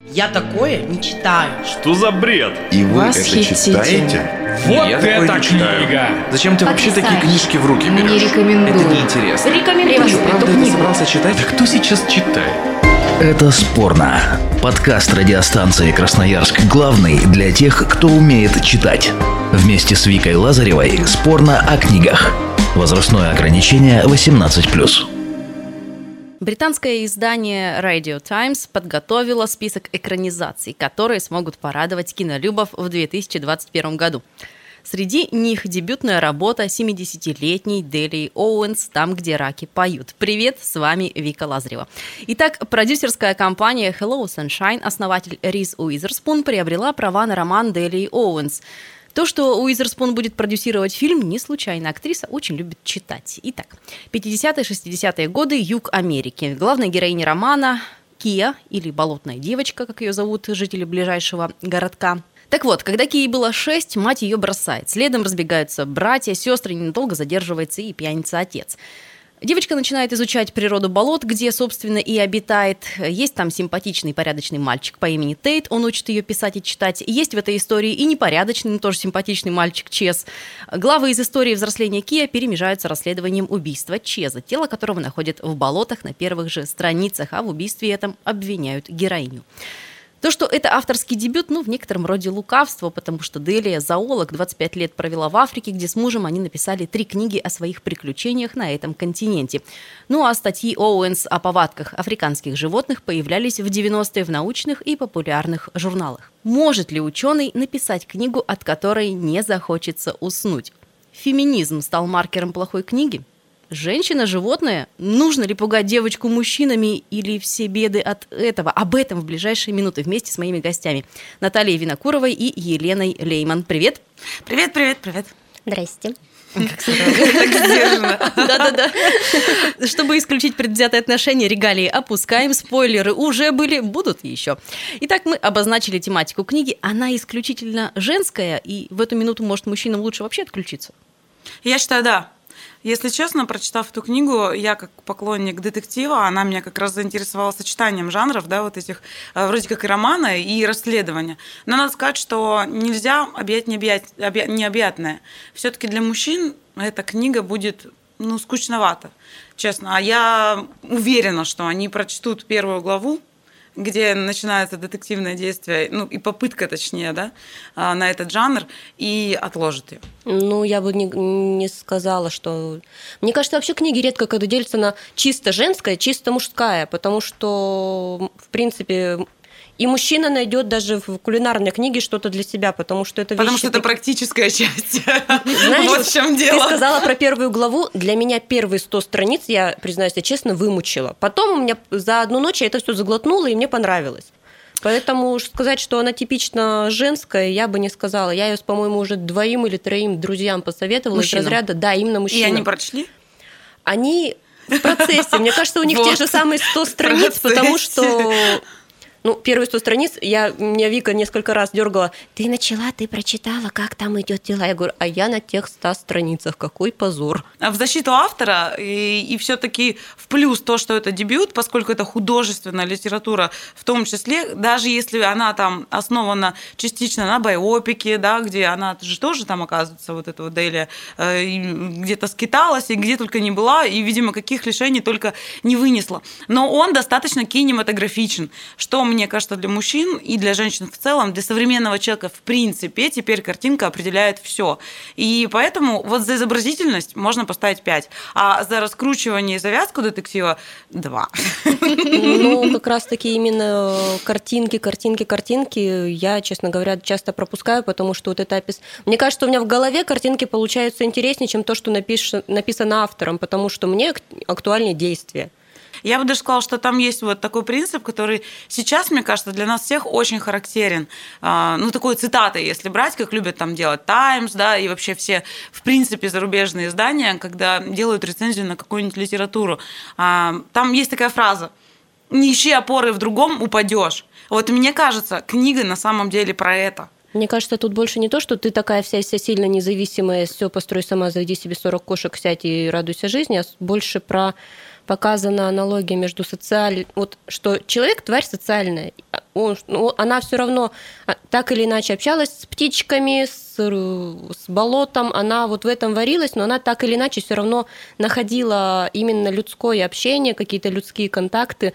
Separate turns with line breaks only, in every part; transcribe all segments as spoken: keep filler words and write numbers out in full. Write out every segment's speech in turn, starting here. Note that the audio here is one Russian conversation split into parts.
Я такое не читаю.
Что за бред?
И вы
Восхитите.
это читаете?
Вот
Я такое
это
не читаю.
книга!
Зачем ты вообще такие
Потрясающе.
книжки в руки берешь?
Не рекомендую.
Это неинтересно.
Рекомендую
Ты что,
эту
правда это
книгу.
собрался читать?
Да кто сейчас читает?
Это «Спорно». Подкаст радиостанции «Красноярск» главный для тех, кто умеет читать. Вместе с Викой Лазаревой «Спорно о книгах». Возрастное ограничение восемнадцать плюс.
Британское издание Radio Times подготовило список экранизаций, которые смогут порадовать кинолюбов в две тысячи двадцать первом году. Среди них дебютная работа семидесятилетней Делии Оуэнс «Там, где раки поют». Привет, с вами Вика Лазарева. Итак, продюсерская компания Hello Sunshine, основатель Риз Уизерспун, приобрела права на роман Делии Оуэнс. То, что Уизерспун будет продюсировать фильм, не случайно. Актриса очень любит читать. Итак, пятидесятые-шестидесятые годы, юг Америки. Главная героиня романа Кия, или болотная девочка, как ее зовут жители ближайшего городка. Так вот, когда Кии было шесть, мать ее бросает. Следом разбегаются братья, сестры, ненадолго задерживается и пьяница отец. Девочка начинает изучать природу болот, где, собственно, и обитает. Есть там симпатичный, порядочный мальчик по имени Тейт, он учит ее писать и читать. Есть в этой истории и непорядочный, но тоже симпатичный мальчик Чез. Главы из истории взросления Кия перемежаются расследованием убийства Чеза, тело которого находят в болотах на первых же страницах, а в убийстве этом обвиняют героиню. То, что это авторский дебют, ну, в некотором роде лукавство, потому что Делия, зоолог, двадцать пять лет провела в Африке, где с мужем они написали три книги о своих приключениях на этом континенте. Ну, а статьи Оуэнс о повадках африканских животных появлялись в девяностые в научных и популярных журналах. Может ли ученый написать книгу, от которой не захочется уснуть? Феминизм стал маркером плохой книги? Женщина – животное? Нужно ли пугать девочку мужчинами или все беды от этого? Об этом в ближайшие минуты вместе с моими гостями Натальей Винокуровой и Еленой Лейман. Привет!
Привет, привет, привет.
Здрасте.
Так сдержанно.
Да-да-да. Чтобы исключить предвзятые отношения, регалии опускаем, спойлеры уже были, будут еще. Итак, мы обозначили тематику книги. Она исключительно женская, и в эту минуту, может, мужчинам лучше вообще отключиться?
Я считаю, да. Если честно, прочитав эту книгу, я как поклонник детектива, она меня как раз заинтересовала сочетанием жанров, да, вот этих, вроде как и романа, и расследования. Но надо сказать, что нельзя объять необъятное. Все-таки для мужчин эта книга будет, ну, скучновато, честно. А я уверена, что они прочтут первую главу, где начинается детективное действие, ну и попытка, точнее, да, на этот жанр, и отложит ее.
Ну, я бы не, не сказала, что... Мне кажется, вообще книги редко когда делятся на чисто женское, чисто мужское, потому что, в принципе, и мужчина найдет даже в кулинарной книге что-то для себя, потому что это вещи...
Потому что это
такие...
практическая часть.
Знаешь,
вот в чем дело.
Ты сказала про первую главу. Для меня первые сто страниц, я, признаюсь я честно, вымучила. Потом у меня за одну ночь я это все заглотнула, и мне понравилось. Поэтому сказать, что она типично женская, я бы не сказала. Я ее, по-моему, уже двоим или троим друзьям посоветовала из разряда. Да, именно мужчинам.
И они прочли?
Они в процессе. Мне кажется, у них те же самые сто страниц, потому что... Ну, первые сто страниц, я, меня Вика несколько раз дергала. Ты начала, ты прочитала, как там идет дела. Я говорю, а я на тех ста страницах, какой позор.
В защиту автора и, и все-таки в плюс то, что это дебют, поскольку это художественная литература, в том числе, даже если она там основана частично на байопике, да, где она же тоже там оказывается, вот эта вот Делия, где-то скиталась и где только не была, и, видимо, каких лишений только не вынесла. Но он достаточно кинематографичен, что мне кажется, для мужчин и для женщин в целом, для современного человека в принципе теперь картинка определяет все. И поэтому вот за изобразительность можно поставить пять, а за раскручивание и завязку детектива два.
Ну, как раз-таки именно картинки, картинки, картинки я, честно говоря, часто пропускаю, потому что вот это опис... Мне кажется, у меня в голове картинки получаются интереснее, чем то, что напиш... написано автором, потому что мне актуальнее действие.
Я бы даже сказала, что там есть вот такой принцип, который сейчас, мне кажется, для нас всех очень характерен. Ну, такой цитатой, если брать, как любят там делать Times, да, и вообще все, в принципе, зарубежные издания, когда делают рецензию на какую-нибудь литературу. Там есть такая фраза: «Не ищи опоры в другом, упадешь». Вот мне кажется, книга на самом деле про это.
Мне кажется, тут больше не то, что ты такая вся, вся сильно независимая, все построй сама, заведи себе сорок кошек, сядь и радуйся жизни, а больше про... показана аналогия между социальной... Вот что человек – тварь социальная. Он, ну, она все равно так или иначе общалась с птичками, с, с болотом. Она вот в этом варилась, но она так или иначе все равно находила именно людское общение, какие-то людские контакты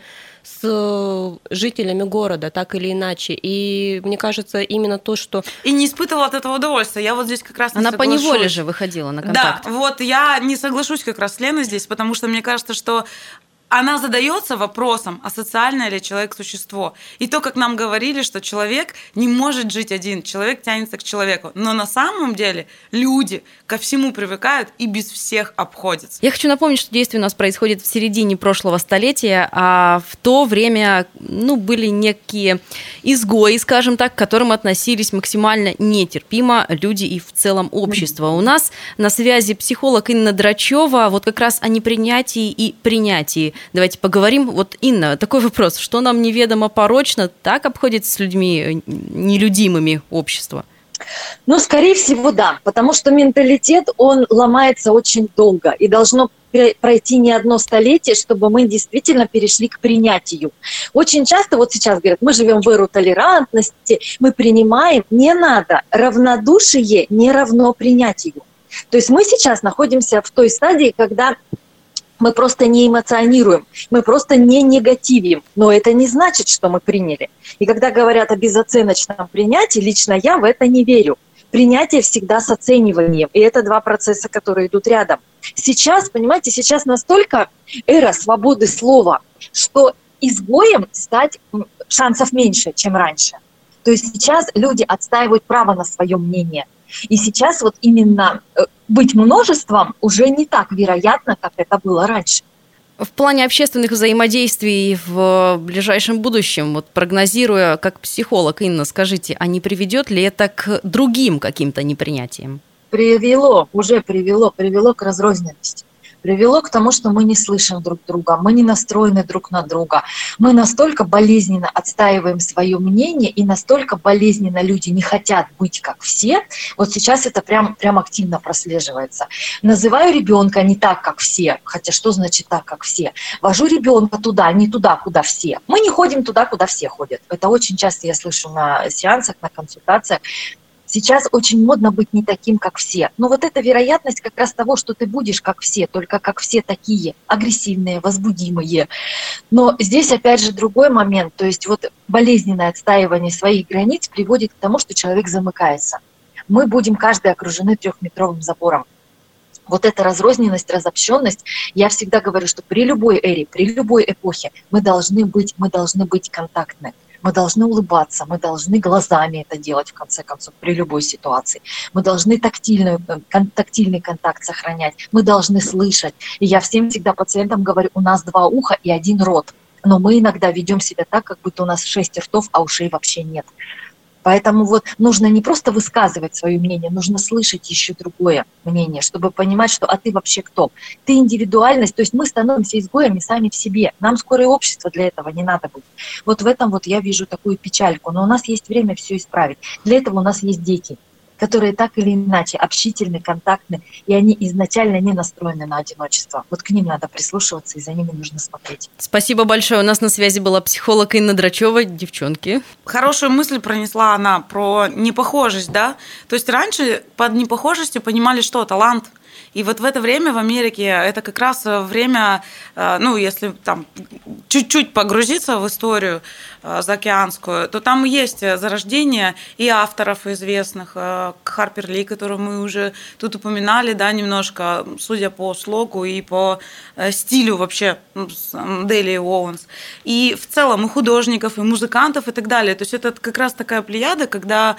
с жителями города, так или иначе. И мне кажется, именно то, что...
И не испытывала от этого удовольствия. Я вот здесь как раз не
Она
соглашусь.
поневоле же выходила на контакт.
Да, вот я не соглашусь как раз с Леной здесь, потому что мне кажется, что она задается вопросом, а социальное ли человек существо. И то, как нам говорили, что человек не может жить один, человек тянется к человеку. Но на самом деле люди ко всему привыкают и без всех обходятся.
Я хочу напомнить, что действие у нас происходит в середине прошлого столетия, а в то время ну, были некие изгои, скажем так, к которым относились максимально нетерпимо люди и в целом общество. У нас на связи психолог Инна Драчева, вот как раз о непринятии и принятии. Давайте поговорим. Вот, Инна, такой вопрос. Что нам неведомо порочно, так обходится с людьми нелюдимыми общества?
Ну, скорее всего, да, потому что менталитет, он ломается очень долго, и должно пройти не одно столетие, чтобы мы действительно перешли к принятию. Очень часто, вот сейчас говорят, мы живем в эру толерантности, мы принимаем, не надо, равнодушие не равно принятию. То есть мы сейчас находимся в той стадии, когда мы просто не эмоционируем, мы просто не негативим, но это не значит, что мы приняли. И когда говорят о безоценочном принятии, лично я в это не верю. Принятие всегда с оцениванием, и это два процесса, которые идут рядом. Сейчас, понимаете, сейчас настолько эра свободы слова, что изгоем стать шансов меньше, чем раньше. То есть сейчас люди отстаивают право на свое мнение. И сейчас вот именно быть множеством уже не так вероятно, как это было раньше.
В плане общественных взаимодействий в ближайшем будущем, вот прогнозируя как психолог, Инна, скажите, а не приведет ли это к другим каким-то непринятиям?
Привело, уже привело, привело к разрозненности. Привело к тому, что мы не слышим друг друга, мы не настроены друг на друга. Мы настолько болезненно отстаиваем свое мнение, и настолько болезненно люди не хотят быть как все. Вот сейчас это прям, прям активно прослеживается. Называю ребенка не так, как все. Хотя что значит так, как все? Вожу ребенка туда, не туда, куда все. Мы не ходим туда, куда все ходят. Это очень часто я слышу на сеансах, на консультациях. Сейчас очень модно быть не таким, как все. Но вот эта вероятность как раз того, что ты будешь как все, только как все такие, агрессивные, возбудимые. Но здесь опять же другой момент. То есть вот болезненное отстаивание своих границ приводит к тому, что человек замыкается. Мы будем каждый окружены трехметровым забором. Вот эта разрозненность, разобщенность, я всегда говорю, что при любой эре, при любой эпохе мы должны быть, мы должны быть контактны. Мы должны улыбаться, мы должны глазами это делать, в конце концов, при любой ситуации. Мы должны тактильный, тактильный контакт сохранять, мы должны слышать. И я всем всегда пациентам говорю, у нас два уха и один рот. Но мы иногда ведем себя так, как будто у нас шесть ртов, а ушей вообще нет. Поэтому вот нужно не просто высказывать свое мнение, нужно слышать еще другое мнение, чтобы понимать, что а ты вообще кто? Ты индивидуальность, то есть мы становимся изгоями сами в себе. Нам скоро и общество для этого не надо будет. Вот в этом вот я вижу такую печальку. Но у нас есть время все исправить. Для этого у нас есть дети, которые так или иначе общительны, контактны, и они изначально не настроены на одиночество. Вот к ним надо прислушиваться, и за ними нужно смотреть.
Спасибо большое. У нас на связи была психолог Инна Драчева. Девчонки.
Хорошую мысль пронесла она про непохожесть, да? То есть раньше под непохожестью понимали что? Талант. И вот в это время в Америке это как раз время, ну, если там чуть-чуть погрузиться в историю заокеанскую, то там есть зарождение и авторов известных, Харпер Ли, которую мы уже тут упоминали, да, немножко, судя по слогу и по стилю вообще, Дейли Оуэнс. И в целом и художников, и музыкантов, и так далее. То есть это как раз такая плеяда, когда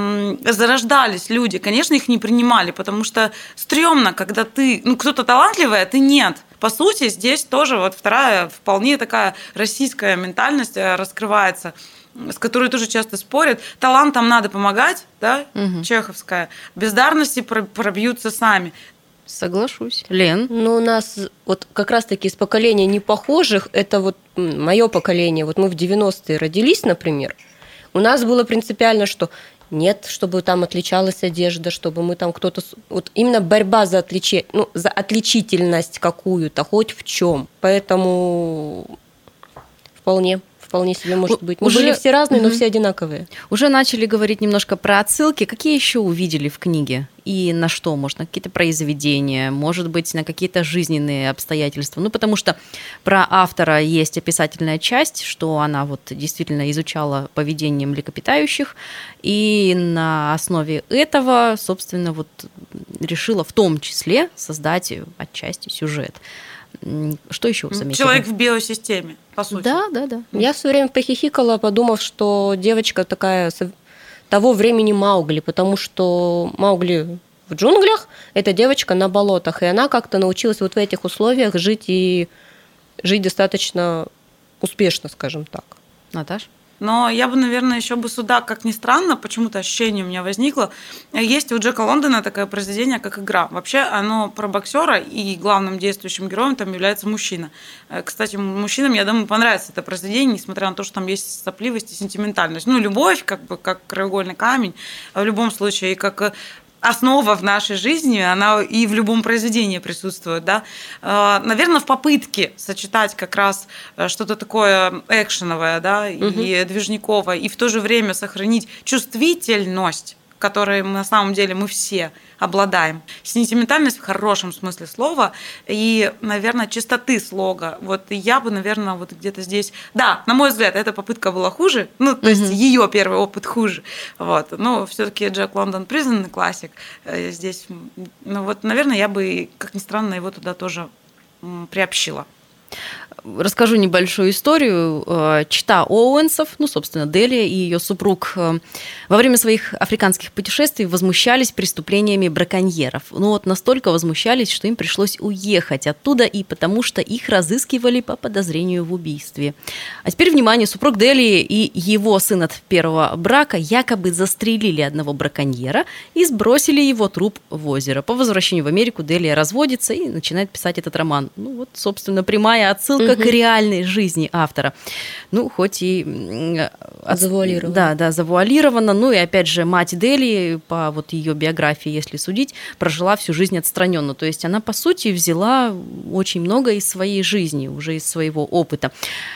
зарождались люди. Конечно, их не принимали, потому что стрёмно, когда ты, ну, кто-то талантливый, а ты нет. По сути, здесь тоже вот вторая вполне такая российская ментальность раскрывается, с которой тоже часто спорят. Талантам надо помогать, да, угу. Чеховская. Бездарности пробьются сами.
Соглашусь. Лен?
Ну, у нас вот как раз-таки из поколения непохожих, это вот мое поколение, вот мы в девяностые родились, например, У нас было принципиально, что нет, чтобы там отличалась одежда, чтобы мы там кто-то... Вот именно борьба за, отличи... ну, за отличительность какую-то, хоть в чем. Поэтому вполне... Вполне себе может быть. Мы
Уже...
были все разные, но
угу.
все одинаковые.
Уже начали говорить немножко про отсылки. Какие еще увидели в книге? И на что? Может, на какие-то произведения, может быть, на какие-то жизненные обстоятельства? Ну, потому что про автора есть описательная часть, что она вот действительно изучала поведение млекопитающих, и на основе этого, собственно, вот решила в том числе создать отчасти сюжет. Что еще заметили?
Человек в биосистеме, по сути.
Да, да, да.
Я все время похихикала, подумав, что девочка такая того времени Маугли, потому что Маугли в джунглях – это девочка на болотах, и она как-то научилась вот в этих условиях жить и жить достаточно успешно, скажем так.
Наташ?
Но я бы, наверное, еще бы сюда, как ни странно, почему-то ощущение у меня возникло. Есть у Джека Лондона такое произведение, как «Игра». Вообще оно про боксера, и главным действующим героем там является мужчина. Кстати, мужчинам, я думаю, понравится это произведение, несмотря на то, что там есть сопливость и сентиментальность. Ну, любовь, как бы, как краеугольный камень, в любом случае, как... основа в нашей жизни, она и в любом произведении присутствует, да. Наверное, в попытке сочетать как раз что-то такое экшеновое, да, угу. и движниковое, и в то же время сохранить чувствительность, которой на самом деле мы все обладаем. Сентиментальность в хорошем смысле слова и, наверное, чистоты слога. Вот я бы, наверное, вот где-то здесь... Да, на мой взгляд, эта попытка была хуже, ну, то есть mm-hmm. ее первый опыт хуже. Вот. Но все-таки Джек Лондон признанный классик. Здесь, ну вот, наверное, я бы, как ни странно, его туда тоже приобщила.
Расскажу небольшую историю. Чета Оуэнсов, ну, собственно, Делия и ее супруг во время своих африканских путешествий возмущались преступлениями браконьеров. Ну, вот настолько возмущались, что им пришлось уехать оттуда, и потому что их разыскивали по подозрению в убийстве. А теперь, внимание, супруг Делии и его сын от первого брака якобы застрелили одного браконьера и сбросили его труп в озеро. По возвращению в Америку Делия разводится и начинает писать этот роман. Ну, вот, собственно, прямая отсылка к реальной жизни автора. Ну, хоть и...
Завуалировано.
Да, да, завуалировано. Ну, и опять же, мать Делии, по вот ее биографии, если судить, прожила всю жизнь отстраненно. То есть она, по сути, взяла очень много из своей жизни, уже из своего опыта.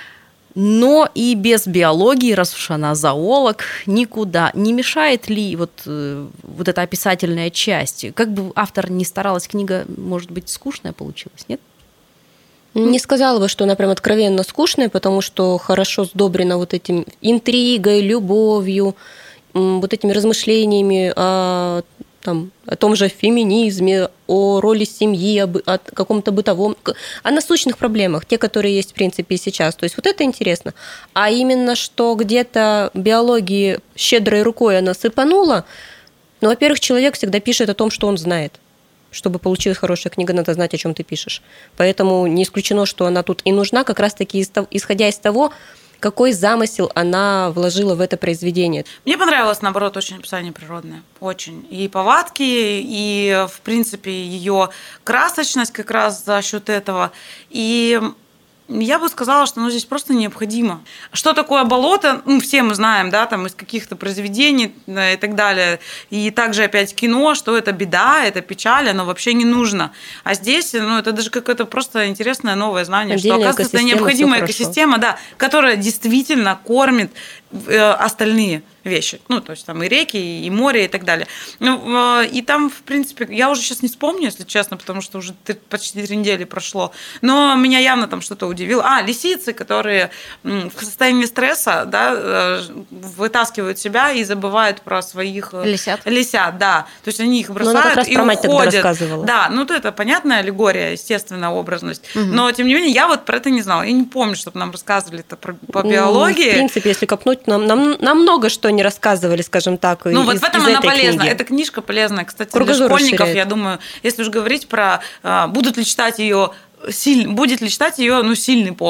Но и без биологии, раз уж она зоолог, никуда. Не мешает ли вот, вот эта описательная часть? Как бы автор ни старалась, книга, может быть, скучная получилась, нет?
Не сказала бы, что она прям откровенно скучная, потому что хорошо сдобрена вот этим интригой, любовью, вот этими размышлениями о, там, о том же феминизме, о роли семьи, о, о каком-то бытовом, о насущных проблемах, те, которые есть в принципе и сейчас. То есть вот это интересно. А именно, что где-то биологии щедрой рукой она сыпанула, ну, во-первых, человек всегда пишет о том, что он знает. Чтобы получилась хорошая книга, надо знать, о чем ты пишешь. Поэтому не исключено, что она тут и нужна, как раз-таки исходя из того, какой замысел она вложила в это произведение.
Мне понравилось, наоборот, очень описание природное. Очень. И повадки, и, в принципе, ее красочность как раз за счет этого. И я бы сказала, что оно здесь просто необходимо. Что такое болото? Ну, все мы знаем, да, там из каких-то произведений и так далее. И также опять кино, что это беда, это печаль, оно вообще не нужно. А здесь, ну, это даже какое-то просто интересное новое знание,
отдельная
что, оказывается, это необходимая экосистема, да, которая действительно кормит остальные вещи. Ну, то есть там и реки, и море, и так далее. Ну, и там, в принципе, я уже сейчас не вспомню, если честно, потому что уже почти три недели прошло, но меня явно там что-то удивило. А, лисицы, которые в состоянии стресса, да, вытаскивают себя и забывают про своих...
Лисят.
Лисят, да. То есть они их бросают
ну, она как раз
и
про мать
уходят.
Тогда рассказывала.
Да, ну, то это понятная аллегория, естественная образность. Угу. Но, тем не менее, я вот про это не знала. Я не помню, чтобы нам рассказывали это про, по биологии.
В принципе, если копнуть, нам, нам, нам много что не рассказывали, скажем так.
Ну,
из,
вот в этом она полезна. Эта книжка полезная, кстати, для школьников, расширяет. Я думаю, если уж говорить про, будут ли читать ее, силь, будет ли читать ее, ну, сильный пол.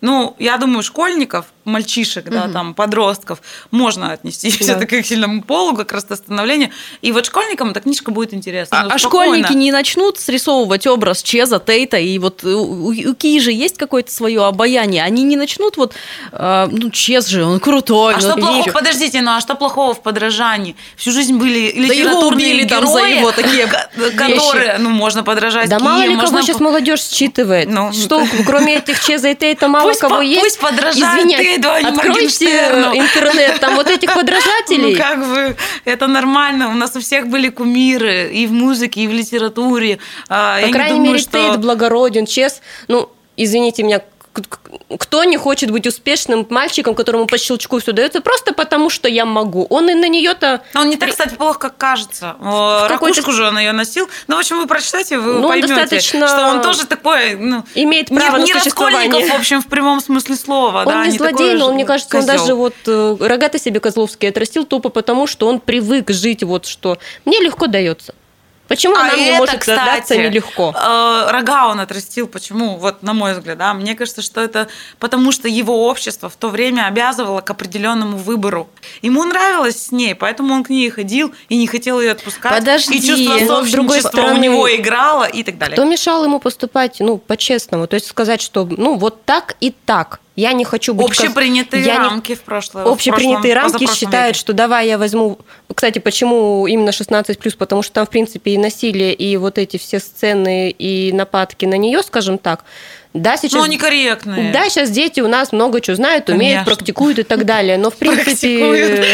Ну, я думаю, школьников, мальчишек, да,
Мгм.
там, подростков можно отнести все-таки к сильному полу, как расстановлению. И вот школьникам эта книжка будет интересна.
А,
Ну,
а
спокойно.
школьники не начнут срисовывать образ Чеза, Тейта, и вот у, у Ки же есть какое-то свое обаяние, они не начнут вот, э, ну, Чез же, он крутой.
А
ну,
что
вот
плохого?
видите.
Подождите, ну а что плохого в подражании? Всю жизнь были
Да его
литературные
убили там за
герои,
его такие
ко- которые, ну, можно подражать.
Да
Ки,
мало ли
можно
кого сейчас
по-
молодежь считывает.
Ну,
Что, кроме этих Чеза и Тейта, мало
Пусть
кого
по-
есть.
пусть подражают
Извиняюсь,
Тейту, а не
откройте
Моргенштерну.
интернет, там вот этих подражателей.
Ну, как бы, это нормально. У нас у всех были кумиры и в музыке, и в литературе. А, я
По
не
крайней
думаю,
мере,
что...
Тейт благороден, Чез. Ну, извините меня, к- к- кто не хочет быть успешным мальчиком, которому по щелчку все дается, просто потому что я могу. Он и на нее-то...
Но он не так, кстати, плохо, как кажется. О,
какой-то-
Ракушку же он ее носил. Ну, в общем, вы прочитайте, вы
Ну, он
поймете,
достаточно
что он тоже такой... Ну,
имеет
не,
право на
не
существование.
Раскольников, в общем, в прямом смысле слова.
Он
да,
не злодей,
такой
но
же
он, мне кажется, он
козёл.
даже вот э, рога-то себе Козловский отрастил тупо потому, что он привык жить вот что. Мне легко дается. Почему
А
нам не
это,
может
кстати,
даться нелегко?
э, рога он отрастил. Почему? Вот, на мой взгляд, да, мне кажется, что это потому, что его общество в то время обязывало к определенному выбору. Ему нравилось с ней, поэтому он к ней ходил и не хотел ее отпускать.
Подожди,
и чувство
но
с другой
собственничества
стороны,
у него играло и так далее.
Кто мешал ему поступать, ну, по-честному? То есть сказать, что, ну, вот так и так. Я не хочу быть...
Общепринятые
я не-
рамки в прошлом. в
Общепринятые
прошлом-
рамки
позапрошлом
считают,
веке.
что давай я возьму... Кстати, почему именно шестнадцать плюс? Потому что там, в принципе, и насилие, и вот эти все сцены, и нападки на нее, скажем так. Да, сейчас...
Ну, они корректные.
Да, сейчас дети у нас много чего знают, умеют,
Конечно.
практикуют и так далее. Но, в принципе...
Практикуют.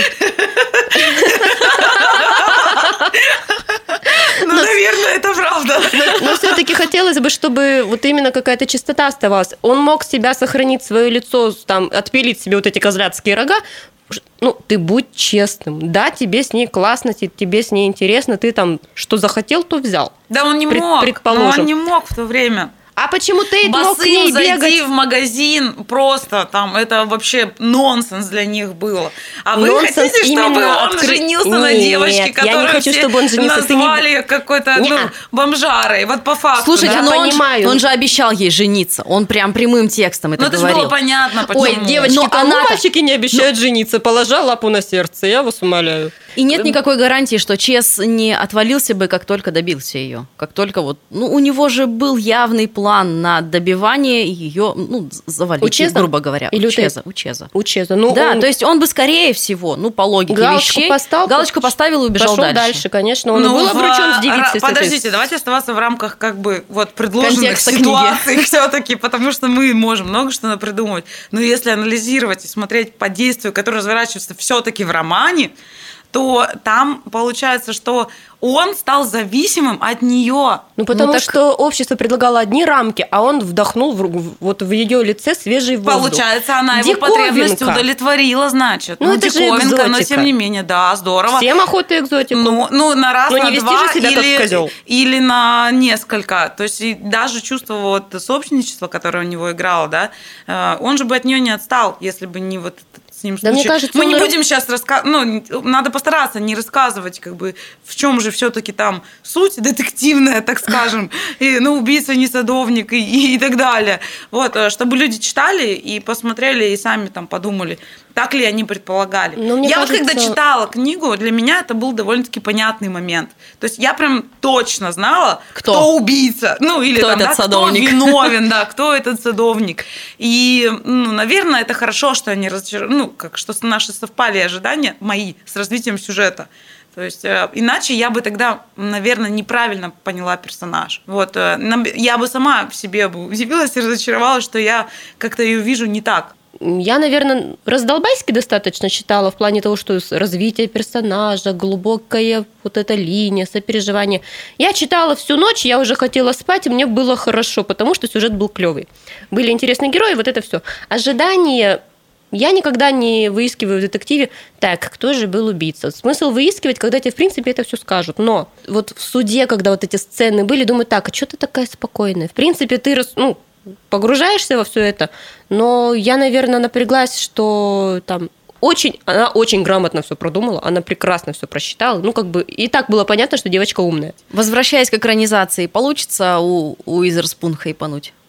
Ну, наверное, это правда.
Но все-таки хотелось бы, чтобы вот именно какая-то чистота оставалась. Он мог себя сохранить, свое лицо, там, отпилить себе вот эти козляцкие рога. Ну, ты будь честным. Да, тебе с ней классно, те- тебе с ней интересно, ты там что захотел, то взял.
Да он не
Пред-
мог.
предположим.
Но он не мог в то время.
А почему Тейт мог к
Босым
ней
зайти
бегать?
в магазин просто там, это вообще нонсенс для них было. А вы
Нонсенс
хотите, чтобы
именно
он
откры-
женился на
Нет,
девочке,
я не
которую
хочу,
все
чтобы он женился. Ты не-
назвали какой-то ну,
Не-а.
бомжарой? Вот по факту.
Слушайте,
да?
но он,
понимаю.
же- он же обещал ей жениться. Он прям прямым текстом это
Ну, это же
говорил.
было понятно, почему.
Ой, девочки,
Но
кому
она-то-
мальчики не обещают жениться? Положа лапу на сердце, я вас умоляю.
И нет никакой гарантии, что Чес не отвалился бы, как только добился ее. Как только вот... Ну, у него же был явный план на добивание ее, ну, завалить,
У Чеза?
грубо говоря.
Или
у
у Тейта?
Чеза, у Чеза.
У Чеза. Ну,
Да,
он
то есть он бы, скорее всего, ну, по логике
галочку
вещей,
поставил,
галочку поставил и убежал
пошел
дальше.
конечно. Он
Ну,
был
в-
обручен с
ра-
девицей.
Подождите, давайте оставаться в рамках как бы вот предложенных
Контекста книги.
ситуаций все-таки, потому что мы можем много что напридумывать. Но если анализировать и смотреть по действию, которое разворачивается все-таки в романе, то там получается, что он стал зависимым от нее.
Ну, потому
так-
что общество предлагало одни рамки, а он вдохнул в, в- вот в ее лице свежий воздух.
Получается, она его
Диковинка.
потребность удовлетворила, значит.
Ну, это же
диковинка, но
экзотика.
тем не менее, да, здорово.
Всем охота экзотику.
Ну, ну, на раз,
Но
на
не вести
два
же себя как
или,
козёл.
или на несколько. То есть и даже чувство вот сообщничества, которое у него играло, да, э, он же бы от нее не отстал, если бы не вот этот с ним
Да, мне
случай.
кажется,
Мы
он
не
ра-
будем сейчас рассказывать, ну, надо постараться не рассказывать, как бы, в чем же все-таки там суть детективная, так скажем, и, ну, убийца не садовник и, и, и так далее. Вот, э, чтобы люди читали и посмотрели, и сами там подумали, так ли они предполагали.
Ну, мне
я вот
кажется-
когда читала книгу, для меня это был довольно-таки понятный момент. То есть я прям точно знала,
Кто?
кто, убийца, ну или
Кто
там,
этот
да,
садовник?
кто виновен, да, кто этот садовник. И, ну, наверное, это хорошо, что они разочарованы, ну, как что наши совпали ожидания мои с развитием сюжета. То есть, э, иначе я бы тогда, наверное, неправильно поняла персонаж. Вот, э, нам- я бы сама в себе бы удивилась и разочаровалась, что я как-то ее вижу не так.
Я, наверное, раздолбайски достаточно читала в плане того, что с- развитие персонажа, глубокая вот эта линия, сопереживание. Я читала всю ночь, я уже хотела спать, и мне было хорошо, потому что сюжет был клевый. Были интересные герои, вот это все. Ожидания я никогда не выискиваю в детективе, так, кто же был убийца. Смысл выискивать, когда тебе, в принципе, это все скажут. Но вот в суде, когда вот эти сцены были, думаю, так, а что ты такая спокойная? В принципе, ты рас- ну, погружаешься во все это, но я, наверное, напряглась, что там очень, она очень грамотно все продумала, она прекрасно все просчитала. Ну, как бы и так было понятно, что девочка умная.
Возвращаясь к экранизации, получится у, у Уизерспун хайпануть?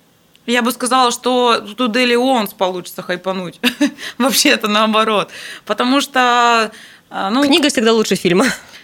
Я бы сказала, что тут Дели Уонс получится хайпануть. Вообще-то наоборот. Потому что... Ну,
книга всегда лучше фильма.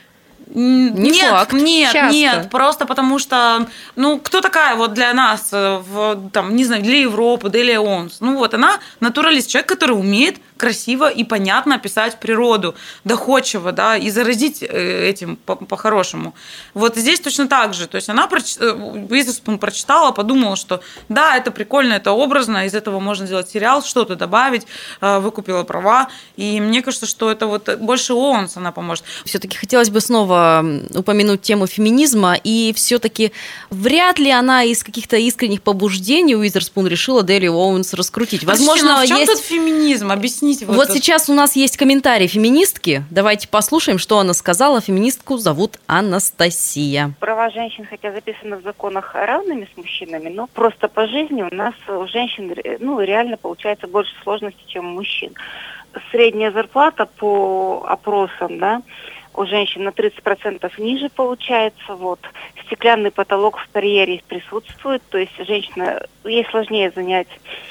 Не
нет,
факт.
нет,
Часто.
нет, просто потому что, ну, кто такая вот для нас, в, там, не знаю, для Европы, Дели Уонс? Ну, вот она натуралист, человек, который умеет красиво и понятно описать природу, доходчиво, да, и заразить этим по-хорошему. Вот здесь точно так же. То есть она Уизерспун прочитала, подумала, что да, это прикольно, это образно, из этого можно сделать сериал, что-то добавить, выкупила права. И мне кажется, что это вот больше Уонс она поможет.
Все-таки хотелось бы снова упомянуть тему феминизма, и все-таки вряд ли она из каких-то искренних побуждений Уизерспун решила Дели Уонс раскрутить. Возможно,
Подожди, ну в чем
есть...
тут феминизм? Объясните. Вот,
вот
это.
сейчас у нас есть комментарий феминистки. Давайте послушаем, что она сказала. Феминистку зовут Анастасия.
Права женщин, хотя записаны в законах равными с мужчинами, но просто по жизни у нас у женщин, ну, реально получается больше сложностей, чем у мужчин. Средняя зарплата по опросам, да, у женщин на тридцать процентов ниже получается. Вот. Стеклянный потолок в карьере присутствует, то есть женщина, ей сложнее занять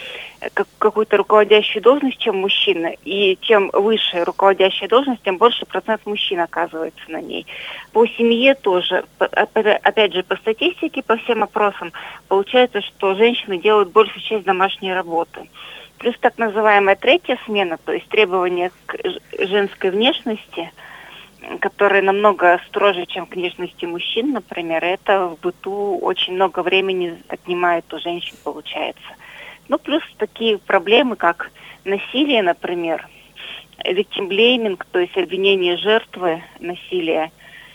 какую-то руководящую должность, чем мужчина. И чем выше руководящая должность, тем больше процент мужчин оказывается на ней. По семье тоже, опять же, по статистике, по всем опросам, получается, что женщины делают большую часть домашней работы. Плюс так называемая третья смена, то есть требования к женской внешности, которые намного строже, чем к внешности мужчин, например, это в быту очень много времени отнимает у женщин, получается. Ну, плюс такие проблемы, как насилие, например, виктимблейминг, то есть обвинение жертвы насилия,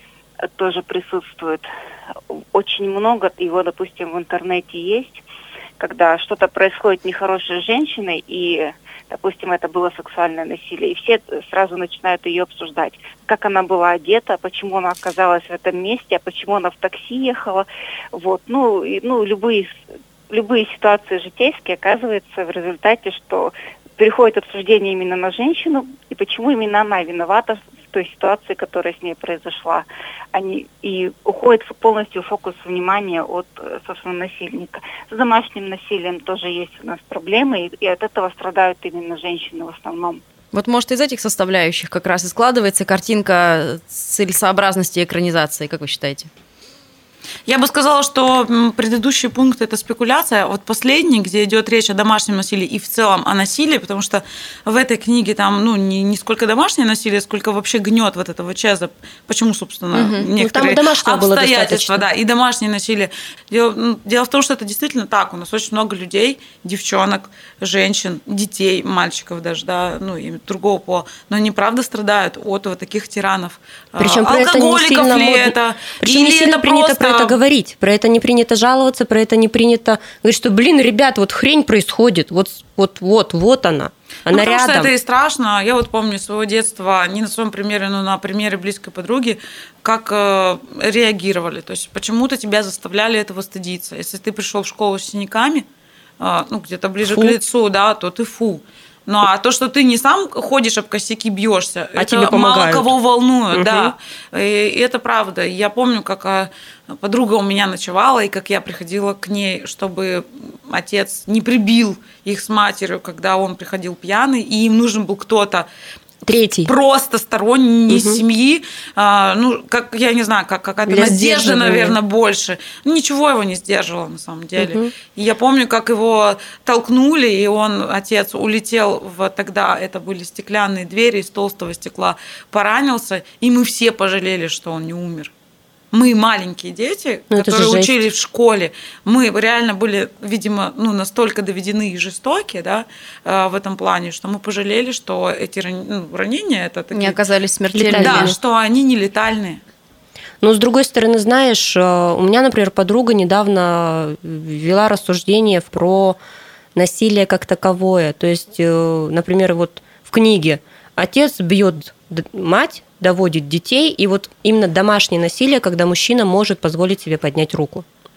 тоже присутствует. Очень много его, допустим, в интернете есть, когда что-то происходит нехорошее с женщиной, и, допустим, это было сексуальное насилие, и все сразу начинают ее обсуждать. Как она была одета, почему она оказалась в этом месте, а почему она в такси ехала. Вот. Ну, и, ну любые... Любые ситуации житейские, оказывается в результате, что переходит обсуждение именно на женщину, и почему именно она виновата в той ситуации, которая с ней произошла. Они, и уходит полностью фокус внимания от, собственно, насильника. С домашним насилием тоже есть у нас проблемы, и, и от этого страдают именно женщины в основном.
Вот, может, из этих составляющих как раз и складывается картинка целесообразности экранизации, как вы считаете?
Я бы сказала, что предыдущий пункт – это спекуляция. Вот последний, где идет речь о домашнем насилии и в целом о насилии, потому что в этой книге там ну, не, не сколько домашнее насилие, сколько вообще гнет вот этого Чеза. Почему, собственно, угу. некоторые ну, обстоятельства, да, и домашнее насилие. Дело, ну, дело в том, что это действительно так. У нас очень много людей, девчонок, женщин, детей, мальчиков даже, да, ну и другого пола, но они правда страдают от вот таких тиранов.
Причем
алкоголиков
это
ли
мод...
это,
Причем не сильно
это
принято
просто...
про это говорить, про это не принято жаловаться, про это не принято говорить, что, блин, ребят, вот хрень происходит, вот, вот, вот, вот она, она
ну, потому
рядом.
Что это и страшно. Я вот помню своего детства, не на своем примере, но на примере близкой подруги, как э, реагировали. То есть почему-то тебя заставляли этого стыдиться. Если ты пришел в школу с синяками, э, ну где-то ближе фу. К лицу, да, то ты фу. Ну, а то, что ты не сам ходишь об косяки, бьешься,
а
это мало кого волнует, угу. да. И, и это правда. Я помню, как подруга у меня ночевала, и как я приходила к ней, чтобы отец не прибил их с матерью, когда он приходил пьяный, и им нужен был кто-то,
третий.
Просто сторонний из
угу.
семьи, а, ну, как, я не знаю, как какая-то Для надежда, наверное, больше. Ну, ничего его не сдерживало, на самом деле. Угу. И я помню, как его толкнули, и он, отец, улетел в, тогда это были стеклянные двери из толстого стекла, поранился, и мы все пожалели, что он не умер. Мы маленькие дети, ну, которые учились в школе, мы реально были, видимо, ну, настолько доведены и жестоки, да, в этом плане, что мы пожалели, что эти ранения это такие,
не оказались смертельными.
Да, что они не летальные.
Но, с другой стороны, знаешь, у меня, например, подруга недавно вела рассуждение про насилие как таковое. То есть, например, вот в книге отец бьет мать, доводит детей, и вот именно домашнее насилие, когда мужчина может позволить себе поднять руку.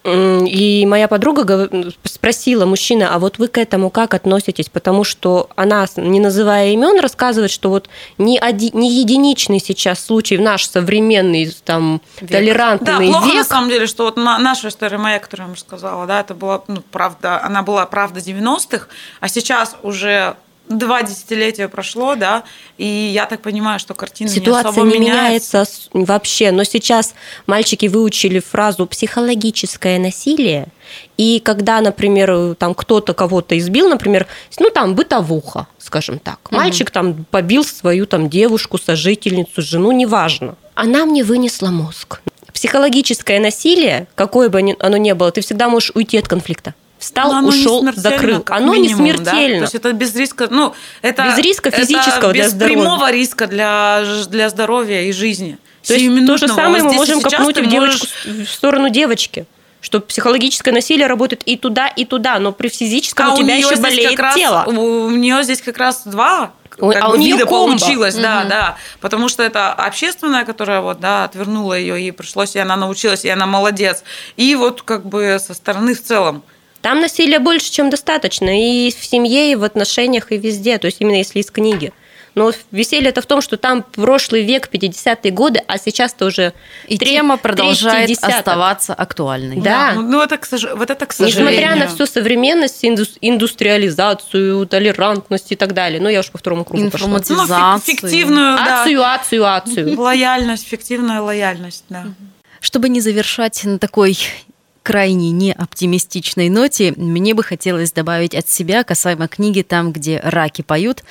И моя подруга спросила мужчина, а вот вы к этому как относитесь? Потому что она, не называя имен, рассказывает, что вот не, оди, не единичный сейчас случай в наш современный там, толерантный
да,
век.
Да, плохо на самом деле, что вот наша история моя, которую я уже сказала, да, это была, ну, правда, она была правда девяностых, а сейчас уже два десятилетия прошло, да, и я так понимаю, что картина
Ситуация
не особо
не
меняется.
меняется вообще, но сейчас мальчики выучили фразу «психологическое насилие», и когда, например, там кто-то кого-то избил, например, ну там бытовуха, скажем так, угу. мальчик там побил свою там девушку, сожительницу, жену, неважно, она мне вынесла мозг. Психологическое насилие, какое бы оно ни было, ты всегда можешь уйти от конфликта. Встал, ушел, закрыл. Оно
минимум,
не смертельно.
Да? То есть это без риска, ну, это,
без риска физического
это
для
без
здоровья.
прямого риска для, для здоровья и жизни.
То есть то же самое
вот
мы можем копнуть в, девочку,
можешь...
в сторону девочки. Что психологическое насилие работает и туда, и туда, но при физическом
а
у тебя
у
еще болеет
раз,
тело.
У нее здесь как раз два
у,
как
а
бы,
у нее
вида
комбо.
Получилось,
угу.
да, да. Потому что это общественная, которая вот, да, отвернула ее, ей пришлось, и она научилась, и она молодец. И вот как бы со стороны в целом.
Там насилия больше, чем достаточно, и в семье, и в отношениях, и везде, то есть именно если из книги. Но веселье-то в том, что там прошлый век, пятидесятые годы, а сейчас-то уже
и
треть,
тема продолжает
третий
оставаться актуальной.
Да.
да. Ну, это, вот это, к сожалению.
Несмотря на всю современность, индустриализацию, толерантность и так далее. Ну, я уж по второму кругу пошла.
Информатизацию.
Ну, фиктивную, да.
Ацию, ацию, ацию.
Лояльность, фиктивная лояльность, да.
Чтобы не завершать на такой крайне неоптимистичной ноте, мне бы хотелось добавить от себя касаемо книги «Там, где раки поют».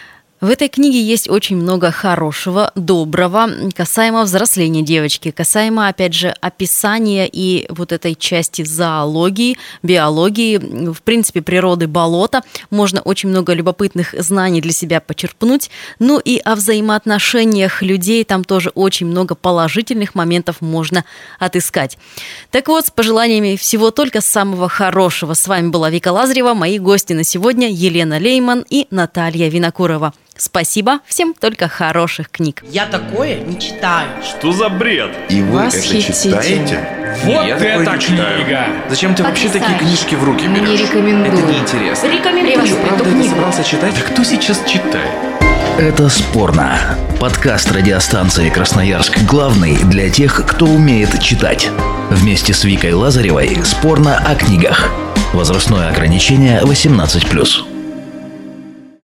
В этой книге есть очень много хорошего, доброго, касаемо взросления девочки, касаемо, опять же, описания и вот этой части зоологии, биологии, в принципе, природы болота. Можно очень много любопытных знаний для себя почерпнуть. Ну и о взаимоотношениях людей там тоже очень много положительных моментов можно отыскать. Так вот, с пожеланиями всего только самого хорошего. С вами была Вика Лазарева, мои гости на сегодня Елена Лейман и Наталья Винокурова. Спасибо, всем только хороших книг.
Я такое не читаю.
Что за бред?
И вы это читаете?
Вот
Я
это
такое не читаю.
книга!
Зачем ты вообще такие книжки в руки берешь?
Не рекомендую.
Это неинтересно.
Рекомендую
Ты что, правда
эту
это
книгу.
собрался читать?
Да кто сейчас читает?
Это «Спорно». Подкаст радиостанции «Красноярск. Главный» для тех, кто умеет читать. Вместе с Викой Лазаревой «Спорно о книгах». Возрастное ограничение восемнадцать плюс.